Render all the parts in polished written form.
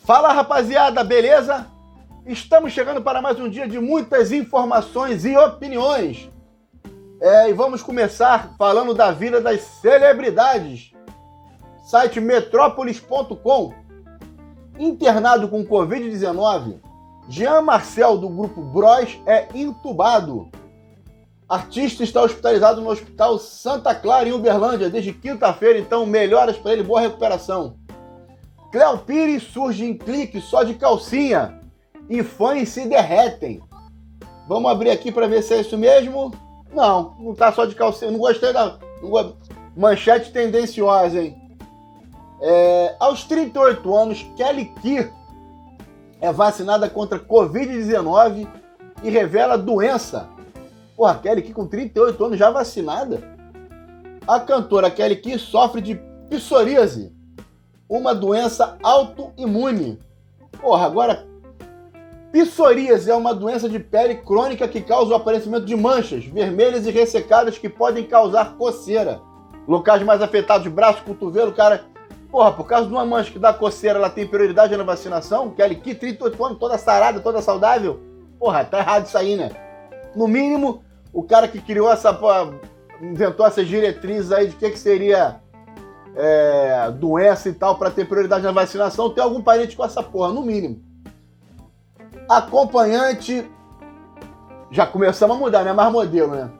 Fala, rapaziada, beleza? Estamos chegando para mais um dia de muitas informações e opiniões. E vamos começar falando da vida das celebridades. Site metrópolis.com. Internado com Covid-19, Jean Marcel, do grupo Bros, é entubado. Artista está hospitalizado no Hospital Santa Clara, em Uberlândia, desde quinta-feira, então melhoras para ele, boa recuperação. Cléo Pires surge em clique só de calcinha e fãs se derretem. Vamos abrir aqui para ver se é isso mesmo. Não tá só de calcinha, não gostei da manchete tendenciosa, hein? Aos 38 anos, Kelly Key é vacinada contra Covid-19 e revela doença. Porra, Kelly Key com 38 anos já vacinada? A cantora Kelly Key sofre de psoríase, uma doença autoimune. Porra, agora, psoríase é uma doença de pele crônica que causa o aparecimento de manchas vermelhas e ressecadas que podem causar coceira. Locais mais afetados, braço, cotovelo, cara... Porra, por causa de uma mancha que dá coceira, ela tem prioridade na vacinação? Kelly Key, 38 anos, toda sarada, toda saudável? Porra, tá errado isso aí, né? No mínimo, o cara que criou inventou essas diretrizes aí de que seria doença e tal para ter prioridade na vacinação, tem algum parente com essa porra, no mínimo. Acompanhante, já começamos a mudar, não é mais modelo, né?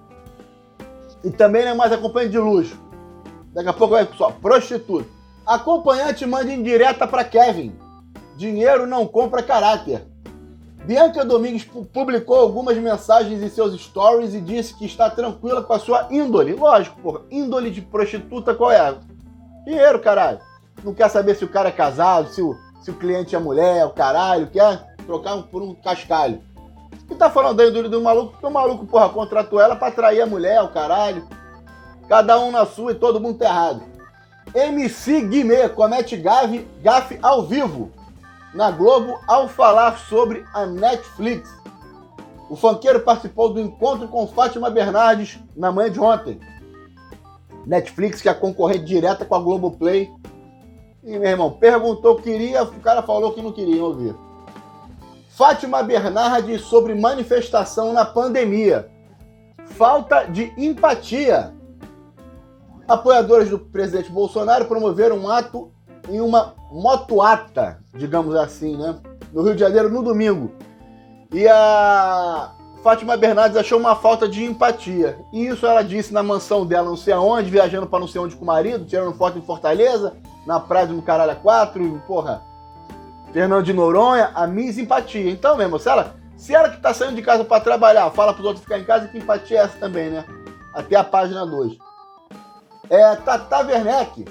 E também não é mais acompanhante de luxo. Daqui a pouco vai só prostituta. Acompanhante manda indireta para Kevin. Dinheiro não compra caráter. Bianca Domingues publicou algumas mensagens em seus stories e disse que está tranquila com a sua índole. Lógico, porra. Índole de prostituta qual é? Dinheiro, caralho. Não quer saber se o cara é casado, se o cliente é mulher, o caralho. Quer trocar por um cascalho. E tá falando da índole do maluco? Porque o maluco, porra, contratou ela pra atrair a mulher, o caralho. Cada um na sua e todo mundo tá errado. MC Guimê comete gafe ao vivo na Globo ao falar sobre a Netflix. O funkeiro participou do encontro com Fátima Bernardes na manhã de ontem. Netflix, que é a concorrente direta com a Globoplay. E, meu irmão, perguntou que queria, o cara falou que não queria ouvir. Fátima Bernardes sobre manifestação na pandemia. Falta de empatia. Apoiadores do presidente Bolsonaro promoveram um ato em uma motoata, digamos assim, né? No Rio de Janeiro, no domingo. E a Fátima Bernardes achou uma falta de empatia. E isso ela disse na mansão dela, não sei aonde, viajando para não sei onde com o marido, tirando foto em Fortaleza, na praia do Caralho 4, porra, Fernando de Noronha, a Miss Empatia. Então mesmo, se ela que tá saindo de casa para trabalhar, fala pros outros ficar em casa, que empatia é essa também, né? Até a página 2. Tata Werneck.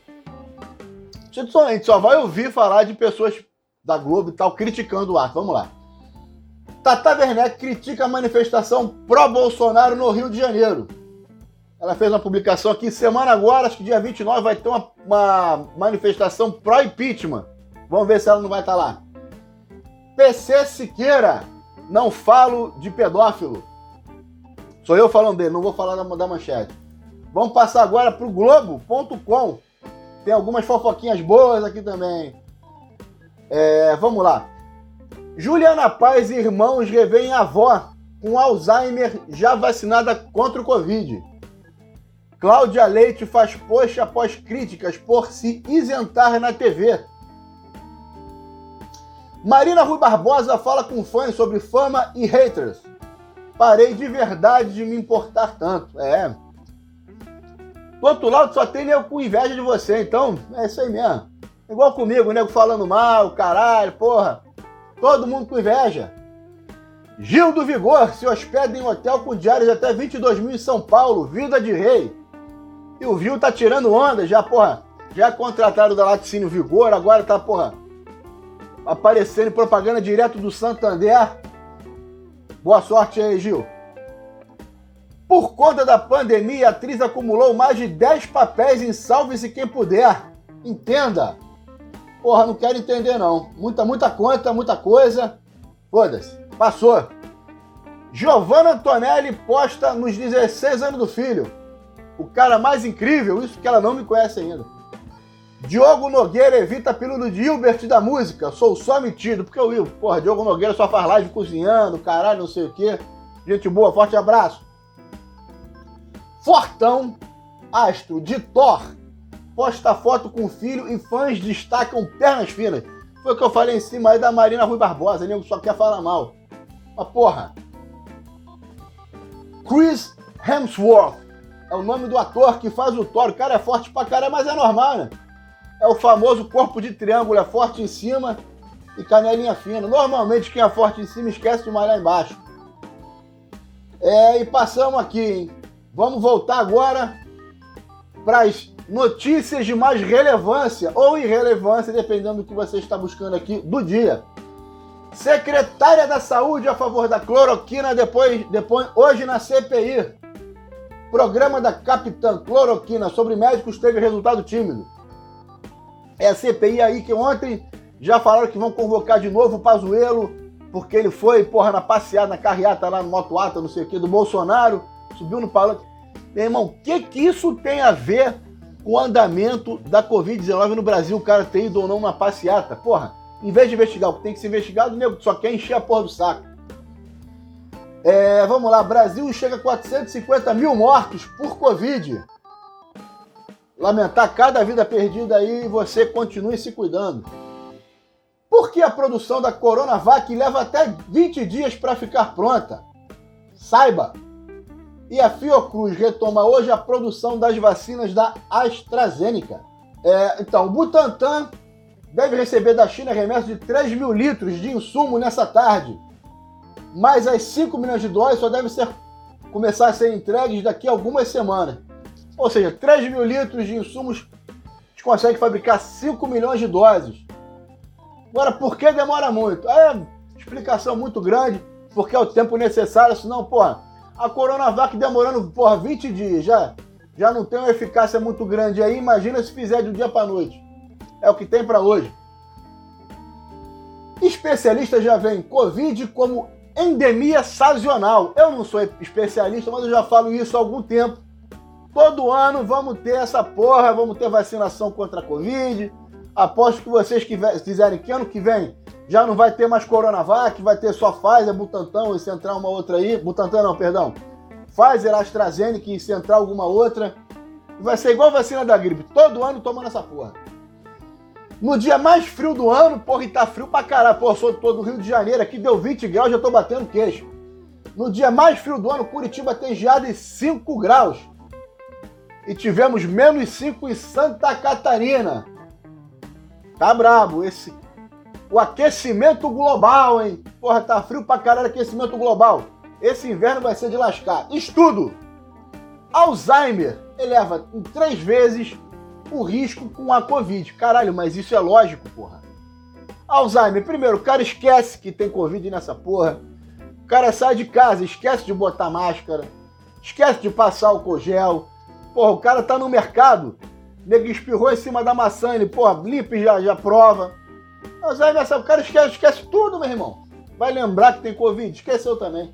A gente só vai ouvir falar de pessoas da Globo e tal criticando o ato. Vamos lá. Tata Werneck critica a manifestação pró-Bolsonaro no Rio de Janeiro. Ela fez uma publicação aqui, semana agora, acho que dia 29, vai ter uma manifestação pró-impeachment. Vamos ver se ela não vai estar lá. PC Siqueira. Não falo de pedófilo. Sou eu falando dele, não vou falar da manchete. Vamos passar agora para o Globo.com. Tem algumas fofoquinhas boas aqui também. Vamos lá. Juliana Paz e irmãos revêem a avó com Alzheimer já vacinada contra o Covid. Cláudia Leite faz post após críticas por se isentar na TV. Marina Rui Barbosa fala com fãs sobre fama e haters. Parei de verdade de me importar tanto. Do outro lado só tem nego com inveja de você, então é isso aí mesmo. Igual comigo, nego falando mal, caralho, porra. Todo mundo com inveja. Gil do Vigor se hospeda em hotel com diários de até 22 mil em São Paulo, vida de rei. E o Gil tá tirando onda, já é contratado da Laticínio Vigor, agora tá, aparecendo em propaganda direto do Santander. Boa sorte aí, Gil. Por conta da pandemia, a atriz acumulou mais de 10 papéis em Salve-se Quem Puder. Entenda. Porra, não quero entender, não. Muita conta, muita coisa. Foda-se. Passou. Giovanna Antonelli posta nos 16 anos do filho. O cara mais incrível, isso que ela não me conhece ainda. Diogo Nogueira evita apelido de Hilbert da música. Sou só metido. Porque o porra, Diogo Nogueira só faz live cozinhando, caralho, não sei o quê. Gente boa, forte abraço. Fortão, astro de Thor, posta foto com o filho e fãs destacam pernas finas. Foi o que eu falei em cima aí da Marina Rui Barbosa, nego só quer falar mal. Mas porra. Chris Hemsworth é o nome do ator que faz o Thor. O cara é forte pra caralho, mas é normal, né? É o famoso corpo de triângulo, é forte em cima e canelinha fina. Normalmente quem é forte em cima esquece de malhar embaixo. E passamos aqui, hein? Vamos voltar agora para as notícias de mais relevância ou irrelevância, dependendo do que você está buscando aqui, do dia. Secretária da Saúde a favor da cloroquina depois hoje na CPI. Programa da Capitã Cloroquina sobre médicos teve resultado tímido. É a CPI aí que ontem já falaram que vão convocar de novo o Pazuello, porque ele foi, porra, na passeada, na carreata lá no motoata, não sei o que, do Bolsonaro, subiu no palanque. Meu irmão, o que isso tem a ver com o andamento da Covid-19 no Brasil, o cara ter ido ou não na passeata? Porra, em vez de investigar o que tem que ser investigado, o nego só quer encher a porra do saco. Vamos lá, Brasil chega a 450 mil mortos por Covid. Lamentar cada vida perdida aí e você continue se cuidando. Por que a produção da Coronavac leva até 20 dias para ficar pronta? Saiba! E a Fiocruz retoma hoje a produção das vacinas da AstraZeneca. Então, o Butantan deve receber da China remessa de 3 mil litros de insumo nessa tarde. Mas as 5 milhões de doses só devem começar a ser entregues daqui a algumas semanas. Ou seja, 3 mil litros de insumos, a gente consegue fabricar 5 milhões de doses. Agora, por que demora muito? Explicação muito grande, porque é o tempo necessário, senão, porra, a Coronavac demorando, 20 dias, já não tem uma eficácia muito grande aí, imagina se fizer de um dia para noite. É o que tem para hoje. Especialistas já veem Covid como endemia sazonal. Eu não sou especialista, mas eu já falo isso há algum tempo. Todo ano vamos ter essa porra, vamos ter vacinação contra a Covid. Aposto que vocês quiserem que ano que vem já não vai ter mais Coronavac, vai ter só Pfizer, Butantan, e se entrar uma outra aí. Butantan não, perdão. Pfizer, AstraZeneca e se entrar alguma outra. Vai ser igual a vacina da gripe, todo ano tomando essa porra. No dia mais frio do ano, porra, e tá frio pra caralho. Pô, sou todo do Rio de Janeiro, aqui deu 20 graus, já tô batendo queixo. No dia mais frio do ano, Curitiba tem geada de 5 graus. E tivemos menos 5 em Santa Catarina. Tá brabo o aquecimento global, hein? Porra, tá frio pra caralho, aquecimento global. Esse inverno vai ser de lascar. Estudo. Alzheimer eleva em 3 vezes o risco com a Covid. Caralho, mas isso é lógico, porra. Alzheimer, primeiro, o cara esquece que tem Covid nessa porra. O cara sai de casa, esquece de botar máscara, esquece de passar álcool gel. Porra, o cara tá no mercado, nego espirrou em cima da maçã, ele, porra, limpa e já prova. Alzheimer, o cara esquece tudo, meu irmão. Vai lembrar que tem Covid, esqueceu também.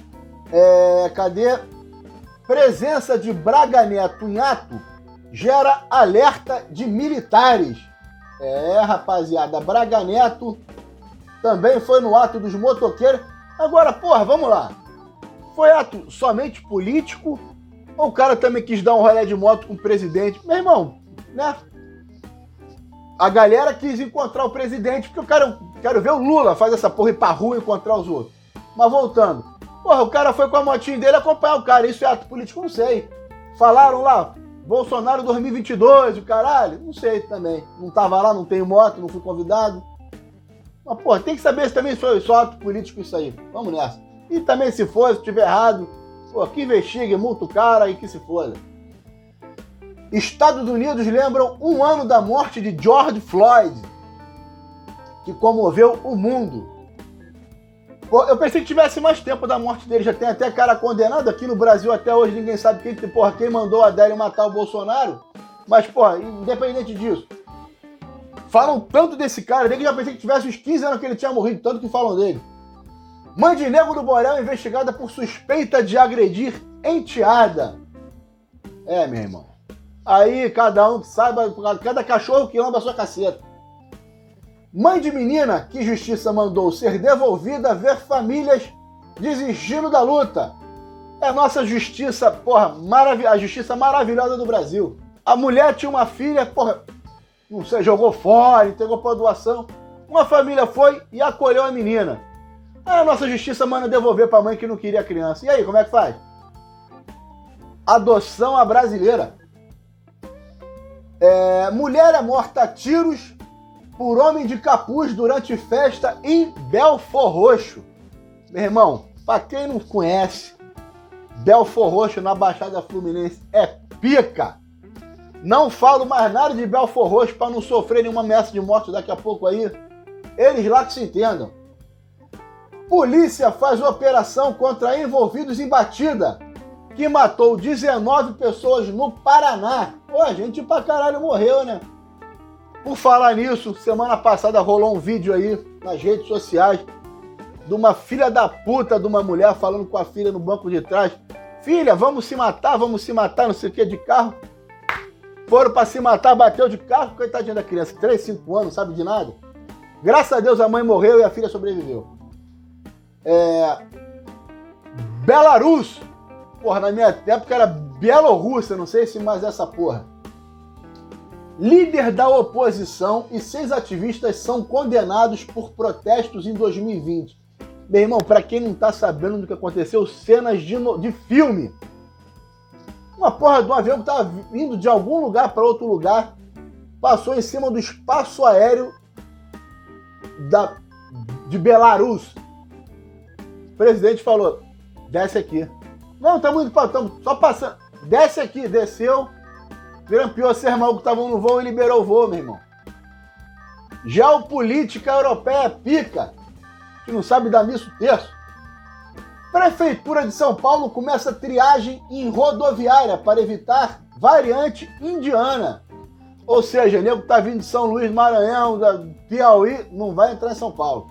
Cadê? Presença de Braga Neto em ato gera alerta de militares. Rapaziada, Braga Neto também foi no ato dos motoqueiros. Agora, porra, vamos lá. Foi ato somente político ou o cara também quis dar um rolê de moto com o presidente? Meu irmão, né? A galera quis encontrar o presidente porque eu quero ver o Lula fazer essa porra ir pra rua e encontrar os outros. Mas voltando. Porra, o cara foi com a motinha dele acompanhar o cara. Isso é ato político? Não sei. Falaram lá, Bolsonaro 2022, o caralho? Não sei também. Não tava lá, não tenho moto, não fui convidado. Mas, porra, tem que saber se também foi só ato político isso aí. Vamos nessa. E também se for, se tiver errado, pô, que investigue, multa o cara e que se foda. Estados Unidos lembram 1 ano da morte de George Floyd, que comoveu o mundo. Pô, eu pensei que tivesse mais tempo da morte dele, já tem até cara condenado aqui no Brasil, até hoje ninguém sabe quem mandou a Adélio matar o Bolsonaro. Mas, porra, independente disso, falam tanto desse cara, desde que já pensei que tivesse uns 15 anos que ele tinha morrido, tanto que falam dele. Mãe de Nego do Borel investigada por suspeita de agredir enteada. Meu irmão. Aí cada um saiba, cada cachorro que lamba a sua caceta. Mãe de menina que justiça mandou ser devolvida ver famílias desistindo da luta. É a nossa justiça, porra, a justiça maravilhosa do Brasil. A mulher tinha uma filha, porra, não sei, jogou fora, entregou para doação. Uma família foi e acolheu a menina. Aí a nossa justiça manda devolver para a mãe que não queria a criança. E aí, como é que faz? Adoção à brasileira. Mulher é morta a tiros por homem de capuz durante festa em Belford Roxo. Meu irmão, para quem não conhece, Belford Roxo na Baixada Fluminense é pica. Não falo mais nada de Belford Roxo para não sofrer nenhuma ameaça de morte daqui a pouco aí. Eles lá que se entendam. Polícia faz operação contra envolvidos em batida que matou 19 pessoas no Paraná. Pô, gente pra caralho morreu, né? Por falar nisso, semana passada rolou um vídeo aí nas redes sociais de uma filha da puta de uma mulher falando com a filha no banco de trás. Filha, vamos se matar, não sei o que, de carro. Foram pra se matar, bateu de carro, coitadinha da criança, 3, 5 anos, não sabe de nada. Graças a Deus a mãe morreu e a filha sobreviveu. Belarus, porra, na minha época era Bielorrússia, não sei se mais essa porra. Líder da oposição e 6 ativistas são condenados por protestos em 2020. Meu irmão, pra quem não tá sabendo do que aconteceu, cenas de filme. Uma porra de um avião que tava vindo de algum lugar para outro lugar, passou em cima do espaço aéreo de Belarus. O presidente falou, desce aqui. Não, estamos só passando. Desce aqui, desceu, grampeou ser mal que estavam no voo e liberou o voo, meu irmão. Geopolítica europeia pica, que não sabe dar missa o terço. Prefeitura de São Paulo começa triagem em rodoviária para evitar variante indiana. Ou seja, nego que tá vindo de São Luís, Maranhão, da Piauí, não vai entrar em São Paulo.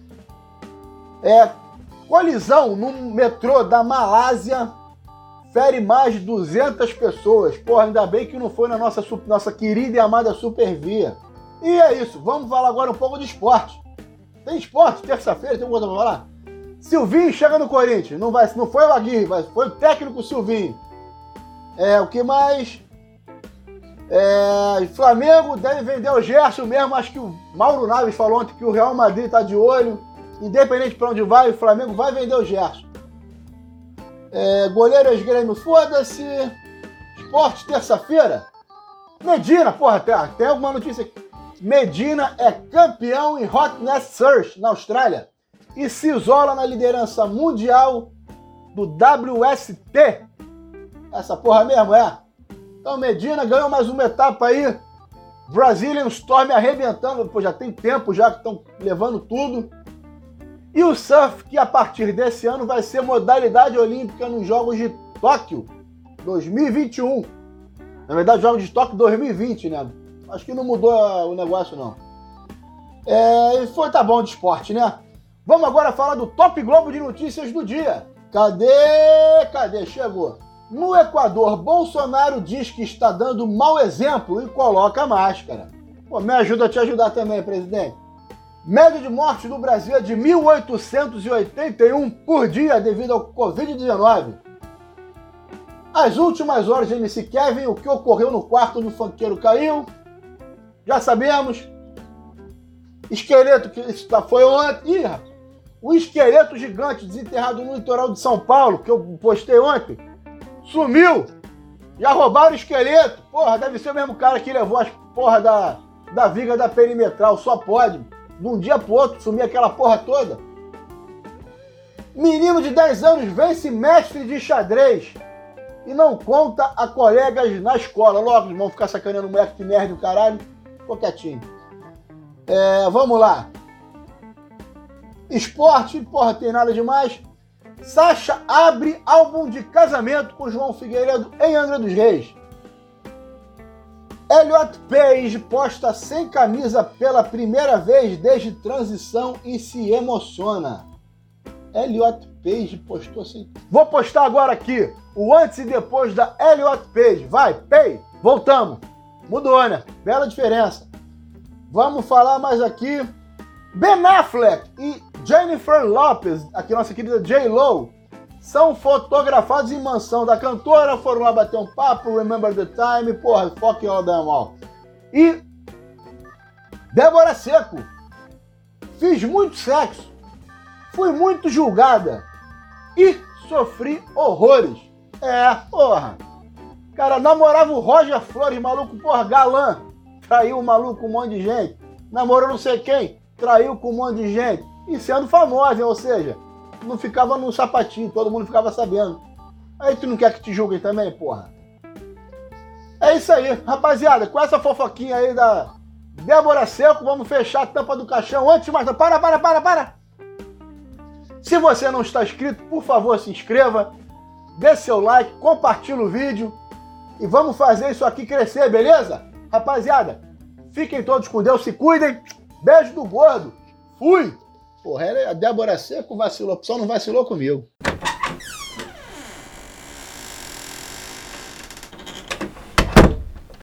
Colisão no metrô da Malásia fere mais de 200 pessoas. Porra, ainda bem que não foi na nossa querida e amada Supervia. E é isso, vamos falar agora um pouco de esporte. Tem esporte? Terça-feira, tem alguma coisa pra falar? Silvinho chega no Corinthians. Não foi o Aguirre, mas foi o técnico Silvinho. O que mais? Flamengo deve vender o Gerson mesmo. Acho que o Mauro Naves falou ontem que o Real Madrid tá de olho. Independente pra onde vai, o Flamengo vai vender o Gerson. Goleiro ex-Grêmio, foda-se. Esporte, terça-feira. Medina, porra, tem alguma notícia aqui. Medina é campeão em Hot Nest Search na Austrália e se isola na liderança mundial do WST. Essa porra mesmo, Então Medina ganhou mais uma etapa aí. Brazilian Storm arrebentando, pô, já tem tempo já que estão levando tudo. E o surf, que a partir desse ano vai ser modalidade olímpica nos Jogos de Tóquio 2021. Na verdade, Jogos de Tóquio 2020, né? Acho que não mudou o negócio, não. Tá bom de esporte, né? Vamos agora falar do Top Globo de Notícias do dia. Cadê? Chegou. No Equador, Bolsonaro diz que está dando mau exemplo e coloca máscara. Pô, me ajuda a te ajudar também, presidente. Média de morte no Brasil é de 1.881 por dia devido ao Covid-19. As últimas horas de MC Kevin, o que ocorreu no quarto do funkeiro caiu. Já sabemos. Esqueleto que foi ontem. Ih, rapaz. O esqueleto gigante desenterrado no litoral de São Paulo, que eu postei ontem, sumiu. Já roubaram o esqueleto. Porra, deve ser o mesmo cara que levou as porra da viga da perimetral. Só pode. De um dia pro outro, sumir aquela porra toda. Menino de 10 anos vence mestre de xadrez e não conta a colegas na escola. Logo, eles vão ficar sacaneando o moleque de nerd do caralho. Ficou quietinho. Vamos lá. Esporte, porra, tem nada demais. Sasha abre álbum de casamento com João Figueiredo em Angra dos Reis. Elliot Page posta sem camisa pela primeira vez desde transição e se emociona. Elliot Page postou sem... Vou postar agora aqui o antes e depois da Elliot Page. Vai, Pay! Voltamos. Mudou, né? Bela diferença. Vamos falar mais aqui. Ben Affleck e Jennifer Lopez, aqui nossa querida J-Lo, são fotografados em mansão da cantora, foram lá bater um papo, remember the time, porra, fuck all them all. E Débora Seco, fiz muito sexo, fui muito julgada e sofri horrores. Porra. Cara, namorava o Roger Flores, maluco, porra, galã, traiu o maluco um monte de gente. Namorou não sei quem, traiu com um monte de gente. E sendo famosa, ou seja, não ficava no sapatinho, todo mundo ficava sabendo. Aí tu não quer que te julguem também, porra? É isso aí, rapaziada, com essa fofoquinha aí da Débora Seco, vamos fechar a tampa do caixão. Antes de mais nada, para! Se você não está inscrito, por favor, se inscreva, dê seu like, compartilhe o vídeo e vamos fazer isso aqui crescer, beleza? Rapaziada, fiquem todos com Deus, se cuidem. Beijo do gordo. Fui! Porra, a Débora Seco vacilou, só não vacilou comigo.